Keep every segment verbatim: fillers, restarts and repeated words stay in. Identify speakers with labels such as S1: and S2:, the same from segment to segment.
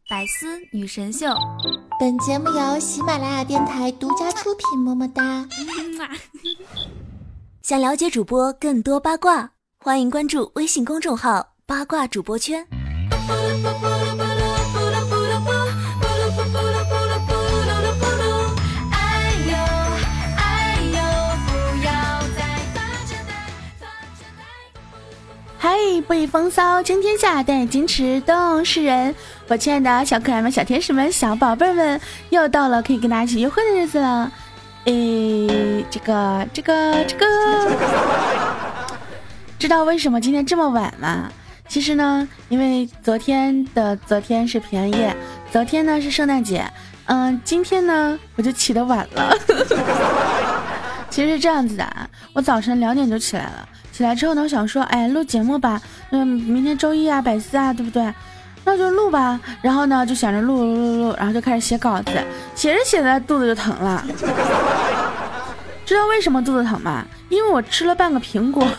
S1: 百思女神秀，
S2: 本节目由喜马拉雅电台独家出品，么么哒。
S3: 想了解主播更多八卦，欢迎关注微信公众号八卦主播圈。
S4: 嗨，不以风骚争天下，但以矜持动世人。我亲爱的小可爱们、小天使们、小宝贝们，又到了可以跟大家一起约会的日子了。诶，这个这个这个知道为什么今天这么晚吗？其实呢，因为昨天的昨天是平安夜，昨天呢是圣诞节，嗯，今天呢我就起得晚了。其实是这样子的啊，我早晨两点就起来了，起来之后呢，我想说，哎，录节目吧，嗯，明天周一啊，百思啊，对不对？那就录吧。然后呢，就想着录录录录，然后就开始写稿子，写着写着肚子就疼了。知道为什么肚子疼吗？因为我吃了半个苹果。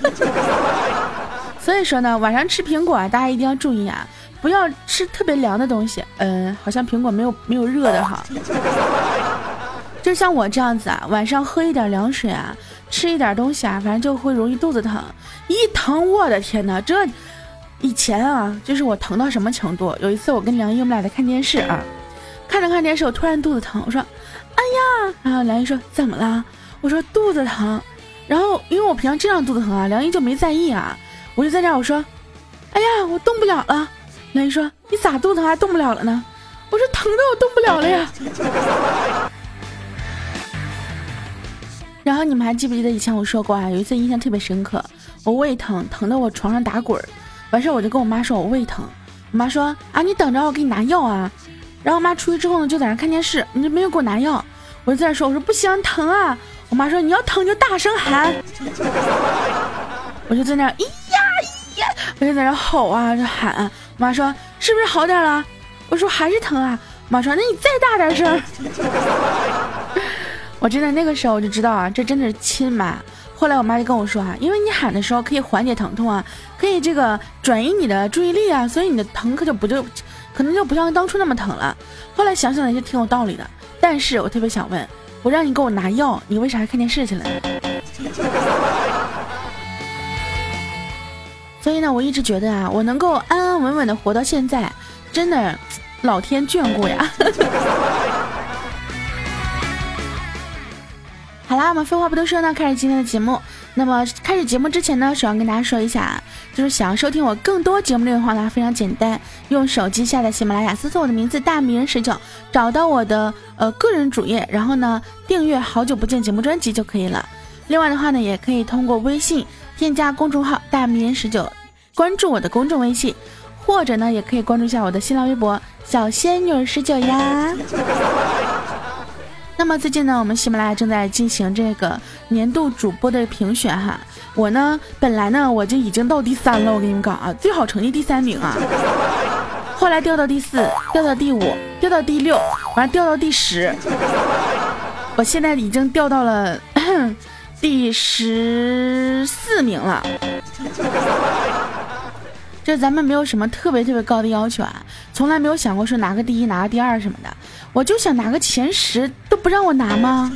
S4: 所以说呢，晚上吃苹果啊，大家一定要注意啊，不要吃特别凉的东西。嗯，好像苹果没有没有热的哈。就像我这样子啊，晚上喝一点凉水啊，吃一点东西啊，反正就会容易肚子疼。一疼，我的天哪！这以前啊，就是我疼到什么程度？有一次我跟梁一我们俩在看电视啊，看着看电视，我突然肚子疼，我说：“哎呀！”然后梁一说：“怎么了？”我说：“肚子疼。”然后因为我平常这样肚子疼啊，梁一就没在意啊，我就在这儿我说：“哎呀，我动不了了。”梁一说：“你咋肚子疼还动不了了呢？”我说：“疼的我动不了了呀。”然后你们还记不记得以前我说过啊？有一次印象特别深刻，我胃疼，疼得我床上打滚儿。完事我就跟我妈说我胃疼，我妈说啊你等着我给你拿药啊。然后我妈出去之后呢，就在那看电视，你就没有给我拿药。我就在那说，我说不行，疼啊。我妈说你要疼就大声喊。我就在那咿呀咿呀，我就在那吼啊，就喊啊。我妈说是不是好点了？我说还是疼啊。我妈说那你再大点声。我真的那个时候我就知道啊，这真的是亲妈。后来我妈就跟我说啊，因为你喊的时候可以缓解疼痛啊，可以这个转移你的注意力啊，所以你的疼可就不就可能就不像当初那么疼了。后来想想也是挺有道理的，但是我特别想问，我让你给我拿药，你为啥还看电视去了呢？所以呢，我一直觉得啊，我能够安安稳稳的活到现在，真的老天眷顾呀。好啦，我们废话不多说呢，开始今天的节目。那么开始节目之前呢，首先跟大家说一下，就是想要收听我更多节目内容的话呢，非常简单，用手机下载喜马拉雅，搜索我的名字大迷人十九，找到我的呃个人主页，然后呢订阅好久不见节目专辑就可以了。另外的话呢，也可以通过微信添加公众号大迷人十九，关注我的公众微信，或者呢也可以关注一下我的新浪微博小仙女十九呀。那么最近呢，我们喜马拉雅正在进行这个年度主播的评选哈。我呢，本来呢我就已经到第三了，我跟你们讲啊，最好成绩第三名啊。后来掉到第四，掉到第五，掉到第六，完了掉到第十。我现在已经掉到了第十四名了。这咱们没有什么特别特别高的要求啊，从来没有想过说拿个第一拿个第二什么的，我就想拿个前十，都不让我拿吗？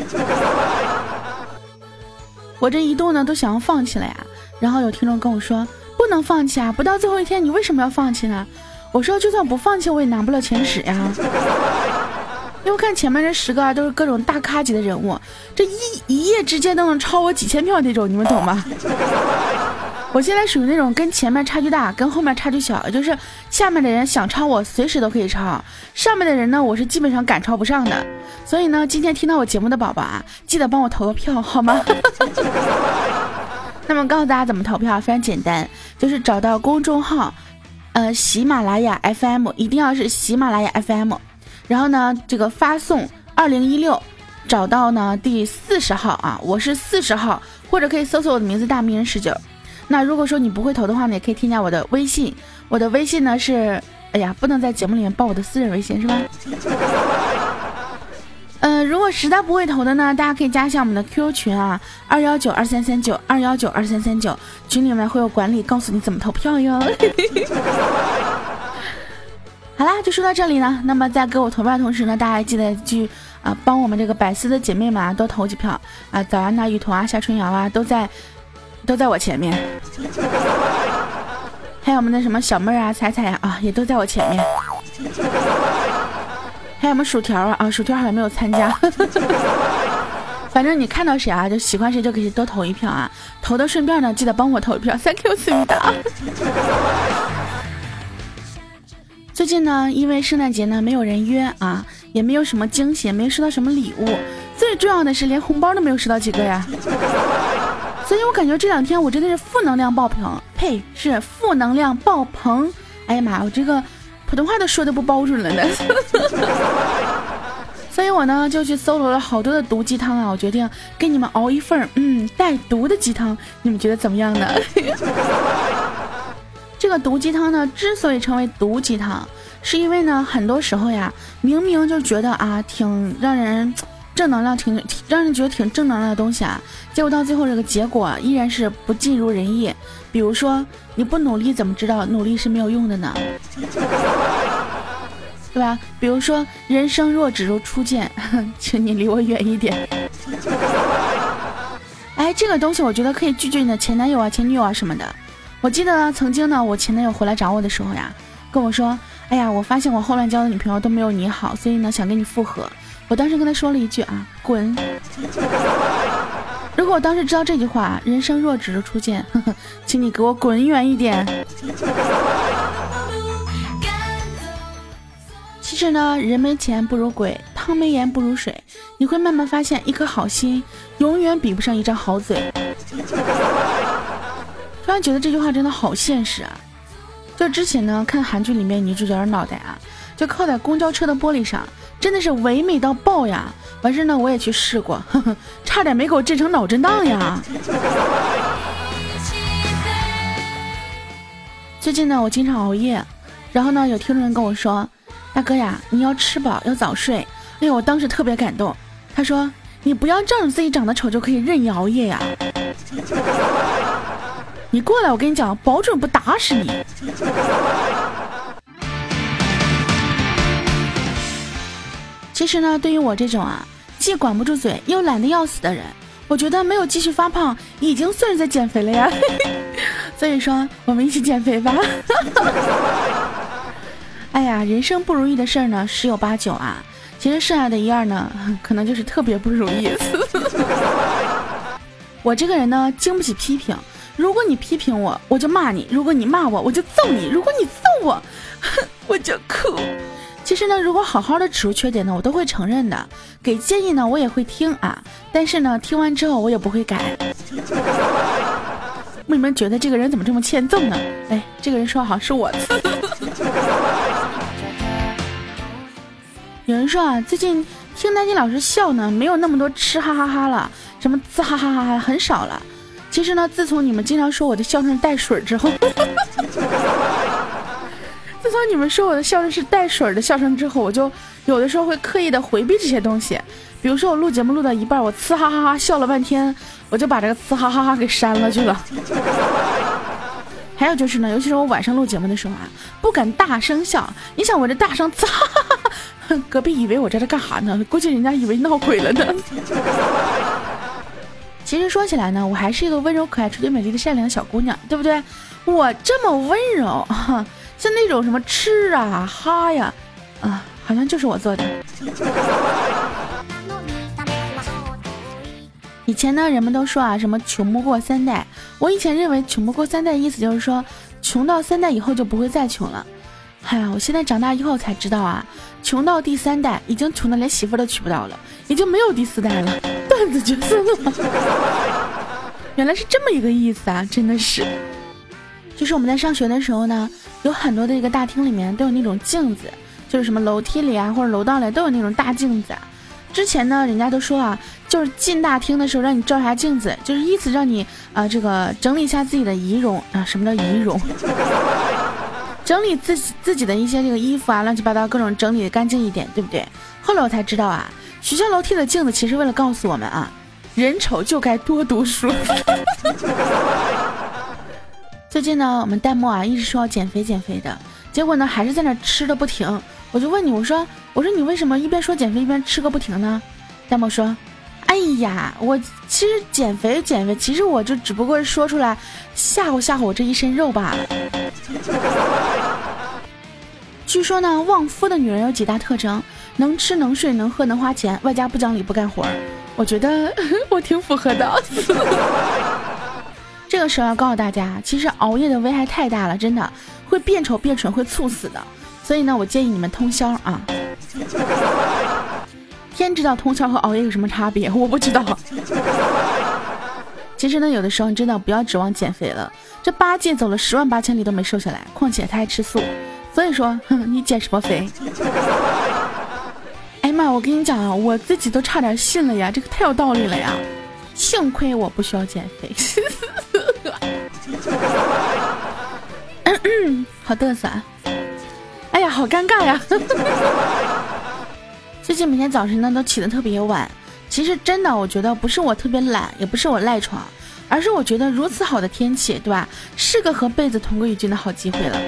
S4: 我这一度呢都想要放弃了呀。然后有听众跟我说不能放弃啊，不到最后一天你为什么要放弃呢？我说就算不放弃我也拿不了前十呀。因为看前面这十个啊都是各种大咖级的人物，这一一夜之间都能超我几千票那种，你们懂吗？我现在属于那种跟前面差距大，跟后面差距小，就是下面的人想超我随时都可以超，上面的人呢我是基本上赶超不上的。所以呢，今天听到我节目的宝宝啊，记得帮我投个票好吗？那么告诉大家怎么投票，非常简单，就是找到公众号呃喜马拉雅 F M， 一定要是喜马拉雅 F M， 然后呢这个发送二零一六，找到呢第四十号啊，我是四十号，或者可以搜索我的名字大迷人十九。那如果说你不会投的话呢，也可以添加我的微信，我的微信呢是，哎呀，不能在节目里面报我的私人微信是吧？呃，如果实在不会投的呢，大家可以加一下我们的 Q Q 群啊，二幺九二三三九二幺九二三三九，群里面会有管理告诉你怎么投票哟。 好啦，就说到这里呢。那么在给我投票的同时呢，大家还记得去啊帮我们这个百思的姐妹们啊多投几票啊，早安呐、雨桐啊、夏春瑶啊都在都在我前面，还有我们的什么小妹儿啊、彩彩呀 啊, 啊也都在我前面，还有我们薯条啊啊薯条好像没有参加。反正你看到谁啊，就喜欢谁就给谁多投一票啊！投的顺便呢，记得帮我投一票 ，thank you， 思密达。最近呢，因为圣诞节呢没有人约啊，也没有什么惊喜，也没收到什么礼物，最重要的是连红包都没有收到几个呀。所以我感觉这两天我真的是负能量爆棚，呸，是负能量爆棚。哎呀妈，我这个普通话都说的不标准了呢。所以我呢就去搜罗了好多的毒鸡汤啊，我决定给你们熬一份嗯带毒的鸡汤，你们觉得怎么样呢？这个毒鸡汤呢之所以成为毒鸡汤，是因为呢很多时候呀，明明就觉得啊挺让人正能量挺挺让人觉得挺正能量的东西啊，结果到最后这个结果依然是不尽如人意。比如说你不努力怎么知道努力是没有用的呢？对吧？比如说人生若只如初见，请你离我远一点。哎，这个东西我觉得可以拒绝你的前男友啊、前女友啊什么的。我记得曾经呢，我前男友回来找我的时候呀，跟我说：“哎呀，我发现我后来交的女朋友都没有你好，所以呢想跟你复合。”我当时跟他说了一句啊，滚！如果我当时知道这句话，人生若只如初见，呵呵，请你给我滚远一点。其实呢，人没钱不如鬼，汤没盐不如水。你会慢慢发现，一颗好心永远比不上一张好嘴。突然觉得这句话真的好现实啊！就之前呢，看韩剧里面女主角的脑袋啊，就靠在公交车的玻璃上，真的是唯美到爆呀！完事呢，我也去试过，呵呵，差点没给我震成脑震荡呀！最近呢，我经常熬夜，然后呢，有听众人跟我说。大哥呀，你要吃饱，要早睡。哎呦，我当时特别感动。他说：“你不要仗着自己长得丑就可以任意熬夜呀！你过来，我跟你讲，保准不打死你。”其实呢，对于我这种啊，既管不住嘴又懒得要死的人，我觉得没有继续发胖，已经算是在减肥了呀。所以说，我们一起减肥吧。哎呀，人生不如意的事儿呢十有八九啊，其实剩下的一二呢，可能就是特别不如意。我这个人呢，经不起批评。如果你批评我，我就骂你；如果你骂我，我就揍你；如果你揍我，我就哭。其实呢，如果好好的指出缺点呢，我都会承认的。给建议呢，我也会听啊，但是呢，听完之后我也不会改。你们觉得这个人怎么这么欠揍呢？哎，这个人说好是我的。有人说啊，最近听丹妮老师笑呢，没有那么多吃哈哈哈了，什么滋哈哈哈很少了。其实呢，自从你们经常说我的笑声带水之后，自从你们说我的笑声是带水的笑声之后，我就有的时候会刻意的回避这些东西。比如说我录节目录到一半，我呲哈哈哈笑了半天，我就把这个呲哈哈哈给删了去了。还有就是呢，尤其是我晚上录节目的时候啊，不敢大声笑。你想我这大声呲哈哈哈，隔壁以为我在这干啥呢？估计人家以为闹鬼了呢。其实说起来呢，我还是一个温柔可爱、纯洁美丽的善良的小姑娘，对不对？我这么温柔，像那种什么吃啊哈呀啊，好像就是我做的。以前呢，人们都说啊，什么穷不过三代。我以前认为穷不过三代意思就是说，穷到三代以后就不会再穷了。哎呀，我现在长大以后才知道啊，穷到第三代已经穷的连媳妇都娶不到了，已经没有第四代了，断子绝孙了。原来是这么一个意思啊，真的是。就是我们在上学的时候呢，有很多的一个大厅里面都有那种镜子，就是什么楼梯里啊或者楼道里都有那种大镜子啊。之前呢，人家都说啊，就是进大厅的时候让你照一下镜子，就是意思让你啊、呃、这个整理一下自己的仪容啊。什么叫仪容？整理自己自己的一些这个衣服啊，乱七八糟各种整理的干净一点，对不对？后来我才知道啊，学校楼梯的镜子其实为了告诉我们啊，人丑就该多读书。最近呢，我们弹幕啊一直说要减肥减肥的， 结果呢还是在那吃的不停。我就问你，我说我说你为什么一边说减肥一边吃个不停呢？大漠说，哎呀，我其实减肥减肥，其实我就只不过是说出来吓唬吓唬我这一身肉罢了。据说呢，旺夫的女人有几大特征：能吃能睡能喝能花钱，外加不讲理不干活。我觉得我挺符合的。这个时候要告诉大家，其实熬夜的危害太大了，真的会变丑变蠢，会猝死的。所以呢，我建议你们通宵啊。天知道通宵和熬夜有什么差别，我不知道。其实呢，有的时候你真的不要指望减肥了，这八戒走了十万八千里都没瘦下来，况且他还吃素。所以说，哼，你减什么肥？哎妈，我跟你讲啊，我自己都差点信了呀，这个太有道理了呀！幸亏我不需要减肥。好嘚瑟啊！哎呀，好尴尬呀！最近每天早晨呢都起得特别晚，其实真的我觉得不是我特别懒，也不是我赖床，而是我觉得如此好的天气，对吧，是个和被子同归于尽的好机会了。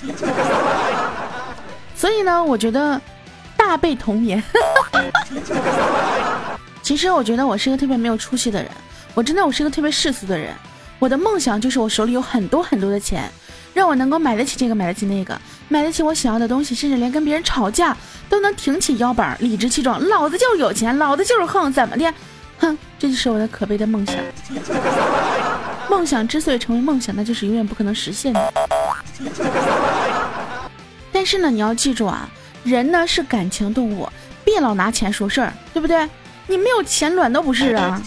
S4: 所以呢，我觉得大被同眠。其实我觉得我是一个特别没有出息的人，我真的我是一个特别世俗的人。我的梦想就是我手里有很多很多的钱，让我能够买得起这个买得起那个，买得起我想要的东西，甚至连跟别人吵架都能挺起腰板理直气壮，老子就是有钱，老子就是横，怎么的？哼，这就是我的可悲的梦想。梦想之所以成为梦想，那就是永远不可能实现的。但是呢，你要记住啊，人呢是感情动物，别老拿钱说事儿，对不对？你没有钱卵都不是啊。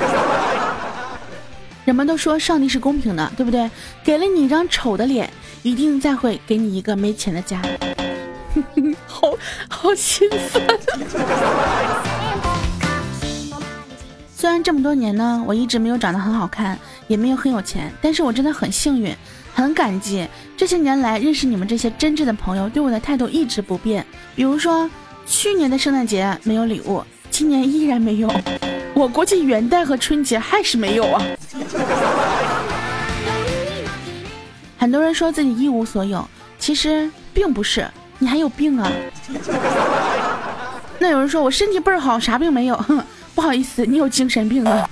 S4: 人们都说上帝是公平的，对不对？给了你一张丑的脸，一定再会给你一个没钱的家。好好心酸。虽然这么多年呢，我一直没有长得很好看，也没有很有钱，但是我真的很幸运，很感激这些年来认识你们这些真挚的朋友对我的态度一直不变。比如说去年的圣诞节没有礼物，今年依然没有，我估计元旦和春节还是没有啊。很多人说自己一无所有，其实并不是，你还有病啊。那有人说我身体倍儿好，啥病没有，哼，不好意思，你有精神病啊。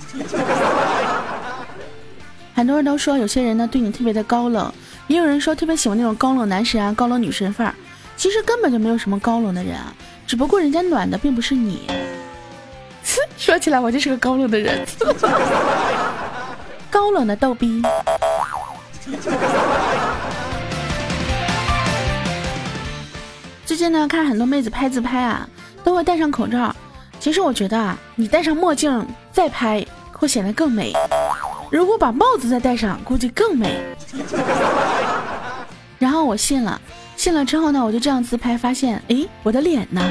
S4: 很多人都说有些人呢对你特别的高冷，也有人说特别喜欢那种高冷男神啊，高冷女神范儿。其实根本就没有什么高冷的人啊，只不过人家暖的并不是你。说起来我就是个高冷的人。高冷的逗逼。最近呢看很多妹子拍自拍啊，都会戴上口罩。其实我觉得啊，你戴上墨镜再拍会显得更美，如果把帽子再戴上估计更美。然后我信了，信了之后呢，我就这样自拍，发现诶，我的脸呢？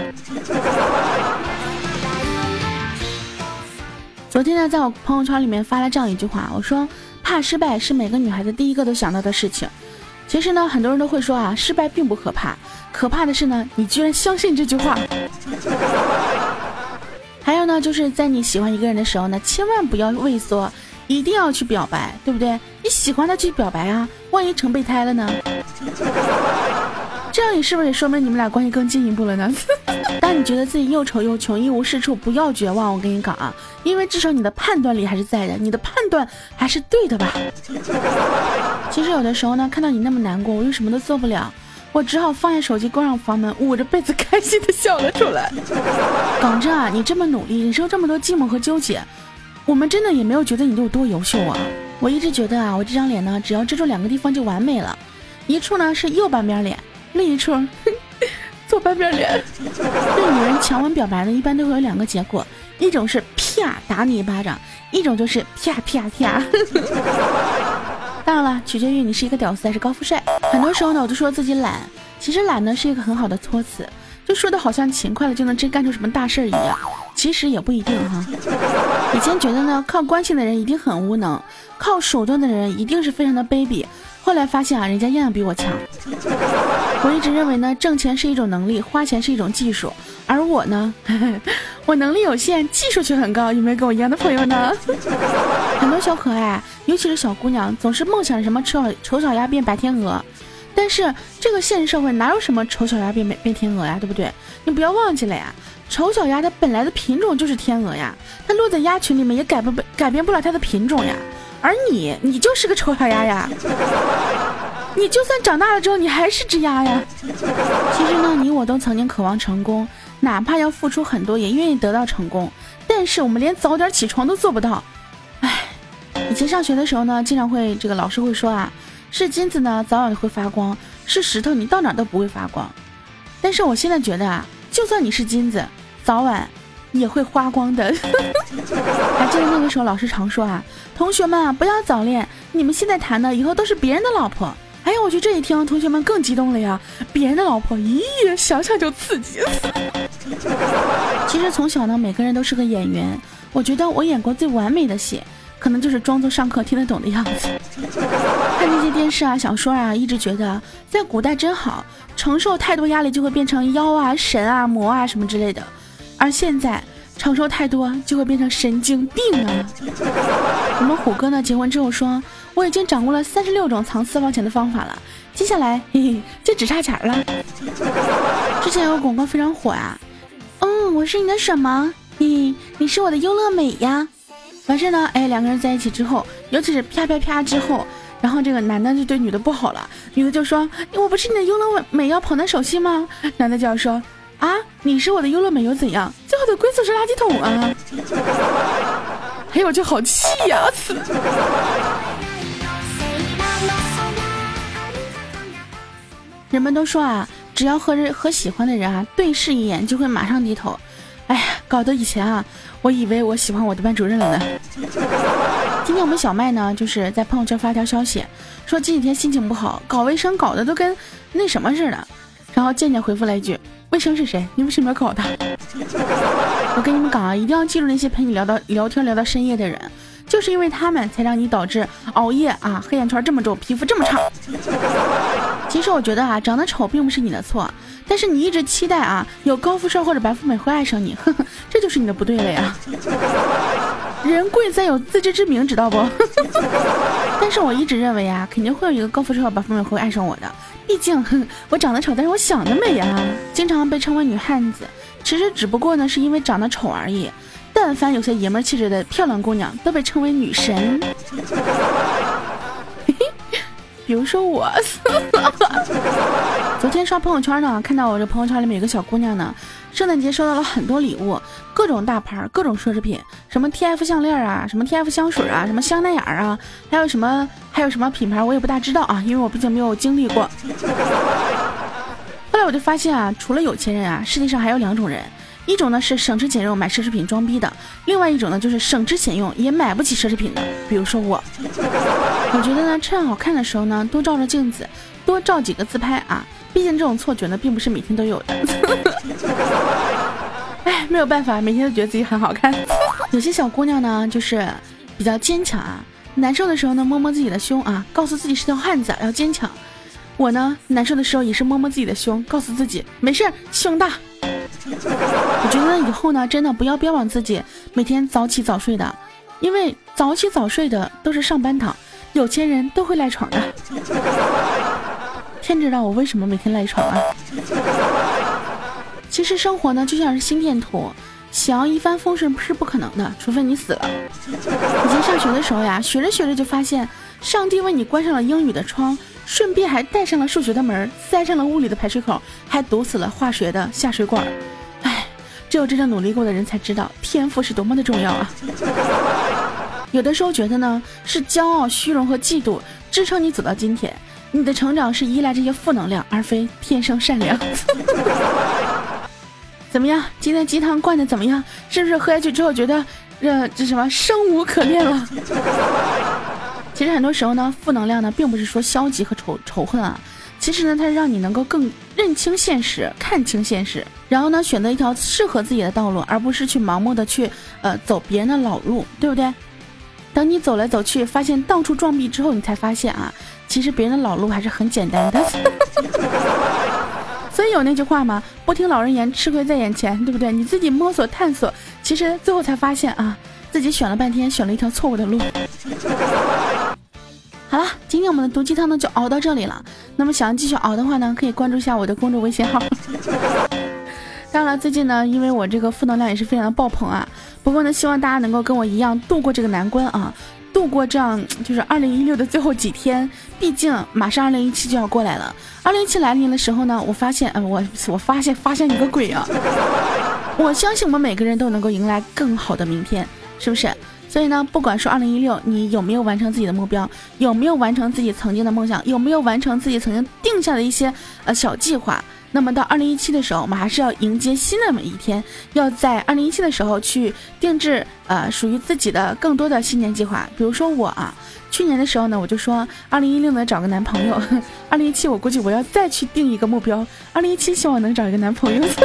S4: 昨天呢，在我朋友圈里面发了这样一句话，我说怕失败是每个女孩子第一个都想到的事情。其实呢，很多人都会说啊，失败并不可怕，可怕的是呢，你居然相信这句话。还有呢，就是在你喜欢一个人的时候呢，千万不要畏缩，一定要去表白，对不对？你喜欢他去表白啊，万一成备胎了呢？这样也是不是也说明你们俩关系更进一步了呢？当你觉得自己又丑又穷一无是处，不要绝望，我跟你讲啊，因为至少你的判断力还是在的，你的判断还是对的吧。其实有的时候呢，看到你那么难过，我又什么都做不了，我只好放下手机，关上房门，捂着被子开心的笑了出来。港真啊，你这么努力，忍受这么多寂寞和纠结，我们真的也没有觉得你有多优秀啊。我一直觉得啊，我这张脸呢，只要遮住两个地方就完美了，一处呢是右半边脸，另一处左半边脸。对女人强吻表白呢，一般都会有两个结果，一种是啪打你一巴掌，一种就是啪啪啪。当然了，取决于你是一个屌丝还是高富帅。很多时候呢，我就说自己懒，其实懒呢是一个很好的托词，就说的好像勤快了就能真干出什么大事一样，其实也不一定哈。以前觉得呢，靠关系的人一定很无能，靠手段的人一定是非常的卑鄙，后来发现啊，人家样样比我强。我一直认为呢，挣钱是一种能力，花钱是一种技术，而我呢，呵呵，我能力有限，技术却很高。有没有跟我一样的朋友呢？很多小可爱，尤其是小姑娘，总是梦想什么丑丑小鸭变白天鹅。 但是这个现实社会哪有什么丑小鸭变变天鹅呀，对不对？你不要忘记了呀，丑小鸭它本来的品种就是天鹅呀，它落在鸭群里面也改不改变不了它的品种呀。而你，你就是个丑小鸭呀，你就算长大了之后，你还是只鸭呀。其实呢，你我都曾经渴望成功，哪怕要付出很多，也愿意得到成功。但是我们连早点起床都做不到。唉，以前上学的时候呢，经常会这个老师会说啊，是金子呢早晚会发光，是石头你到哪都不会发光。但是我现在觉得啊，就算你是金子，早晚也会花光的。还记得那个时候老师常说啊，同学们啊不要早恋，你们现在谈的以后都是别人的老婆。哎呀，我去这一听，同学们更激动了呀！别人的老婆，咦，想想就刺激。其实从小呢，每个人都是个演员。我觉得我演过最完美的戏，可能就是装作上课听得懂的样子。看这些电视啊、小说啊，一直觉得在古代真好，承受太多压力就会变成妖啊、神啊、魔啊什么之类的。而现在承受太多就会变成神经病啊！我们虎哥呢，结婚之后说，我已经掌握了三十六种藏私房钱的方法了，接下来嘿嘿就只差钱了。之前有广告非常火啊，嗯，我是你的什么？嘿，你是我的优乐美呀。完事呢，哎，两个人在一起之后，尤其是啪啪啪之后，然后这个男的就对女的不好了，女的就说，我不是你的优乐美要捧在手心吗？男的就要说，啊，你是我的优乐美又怎样？最后的归宿是垃圾桶啊！哎呦，我就好气呀、啊！人们都说啊，只要和人和喜欢的人啊对视一眼，就会马上低头。哎呀，搞得以前啊，我以为我喜欢我的班主任了呢。今天我们小麦呢，就是在朋友圈发条消息，说这几天心情不好，搞卫生搞得都跟那什么似的。然后渐渐回复了一句，卫生是谁？你们什么搞的？我跟你们讲啊，一定要记住那些陪你聊到聊天聊到深夜的人，就是因为他们才让你导致熬夜啊，黑眼圈这么重，皮肤这么差。其实我觉得啊，长得丑并不是你的错，但是你一直期待啊有高富帅或者白富美会爱上你，呵呵，这就是你的不对了呀。人贵在有自知之明，知道不？但是我一直认为啊，肯定会有一个高富帅或白富美会爱上我的，毕竟哼我长得丑，但是我想得美啊。经常被称为女汉子，其实只不过呢是因为长得丑而已。但凡有些爷们气质的漂亮姑娘，都被称为女神。比如说我。昨天刷朋友圈呢，看到我这朋友圈里面有个小姑娘呢，圣诞节收到了很多礼物，各种大牌，各种奢侈品，什么 T F 项链啊，什么 T F 香水啊，什么香奈儿啊，还有什么还有什么品牌我也不大知道啊，因为我毕竟没有经历过。后来我就发现啊，除了有钱人啊，世界上还有两种人，一种呢是省吃俭用买奢侈品装逼的，另外一种呢就是省吃俭用也买不起奢侈品的，比如说我。我觉得呢，趁好看的时候呢，多照照镜子，多照几个自拍啊，毕竟这种错觉呢，并不是每天都有的。哎，没有办法，每天都觉得自己很好看。有些小姑娘呢，就是比较坚强啊，难受的时候呢，摸摸自己的胸啊，告诉自己是条汉子，要坚强。我呢，难受的时候也是摸摸自己的胸，告诉自己没事，胸大。我觉得以后呢，真的不要标榜自己每天早起早睡的，因为早起早睡的都是上班党，有钱人都会赖床的。天知道我为什么每天赖床啊！其实生活呢就像是心电图，想要一帆风顺是不可能的，除非你死了。以前上学的时候呀，学着学着就发现，上帝为你关上了英语的窗，顺便还带上了数学的门，塞上了物理的排水口，还堵死了化学的下水管。唉，只有真正努力过的人才知道，天赋是多么的重要啊！有的时候觉得呢，是骄傲、虚荣和嫉妒支撑你走到今天。你的成长是依赖这些负能量，而非天生善良。怎么样？今天鸡汤灌的怎么样？是不是喝下去之后觉得这这什么生无可恋了？其实很多时候呢，负能量呢，并不是说消极和仇仇恨啊，其实呢，它是让你能够更认清现实，看清现实，然后呢，选择一条适合自己的道路，而不是去盲目的去呃走别人的老路，对不对？等你走来走去，发现到处撞壁之后，你才发现啊，其实别人的老路还是很简单的。所以有那句话嘛，不听老人言，吃亏在眼前，对不对？你自己摸索探索，其实最后才发现啊，自己选了半天，选了一条错误的路。好了，今天天我们的毒鸡汤呢就熬到这里了。那么想要继续熬的话呢，可以关注一下我的公众微信号。当然了，最近呢，因为我这个负能量也是非常的爆棚啊。不过呢，希望大家能够跟我一样度过这个难关啊，度过这样就是二零一六的最后几天。毕竟马上二零一七就要过来了。二零一七来临的时候呢，我发现，呃、我我发现发现你个鬼啊！我相信我们每个人都能够迎来更好的明天，是不是？所以呢，不管说二零一六你有没有完成自己的目标，有没有完成自己曾经的梦想，有没有完成自己曾经定下的一些呃小计划。那么到二零一七的时候，我们还是要迎接新的每一天，要在二零一七的时候去定制呃属于自己的更多的新年计划。比如说我啊，去年的时候呢，我就说二零一六呢找个男朋友，二零一七我估计我要再去定一个目标，二零一七希望我能找一个男朋友。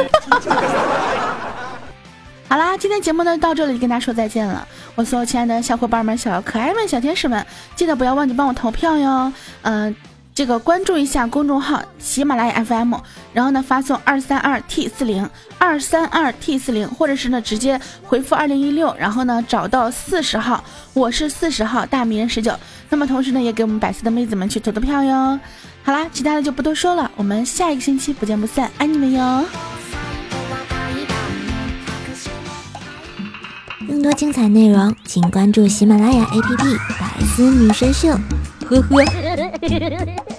S4: 好啦，今天节目呢到这里跟大家说再见了。我所有亲爱的小伙伴们、小可爱们、小天使们，记得不要忘记帮我投票哟。嗯、呃。这个关注一下公众号喜马拉雅 F M， 然后呢发送二三二 T 四零 二三二 T 四零，或者是呢直接回复二零一六，然后呢找到四十号，我是四十号大迷人十九。那么同时呢也给我们百思的妹子们去投投票哟。好啦，其他的就不多说了，我们下一个星期不见不散，爱你们哟。
S3: 更多精彩内容请关注喜马拉雅 A P P 百思女神秀，呵呵。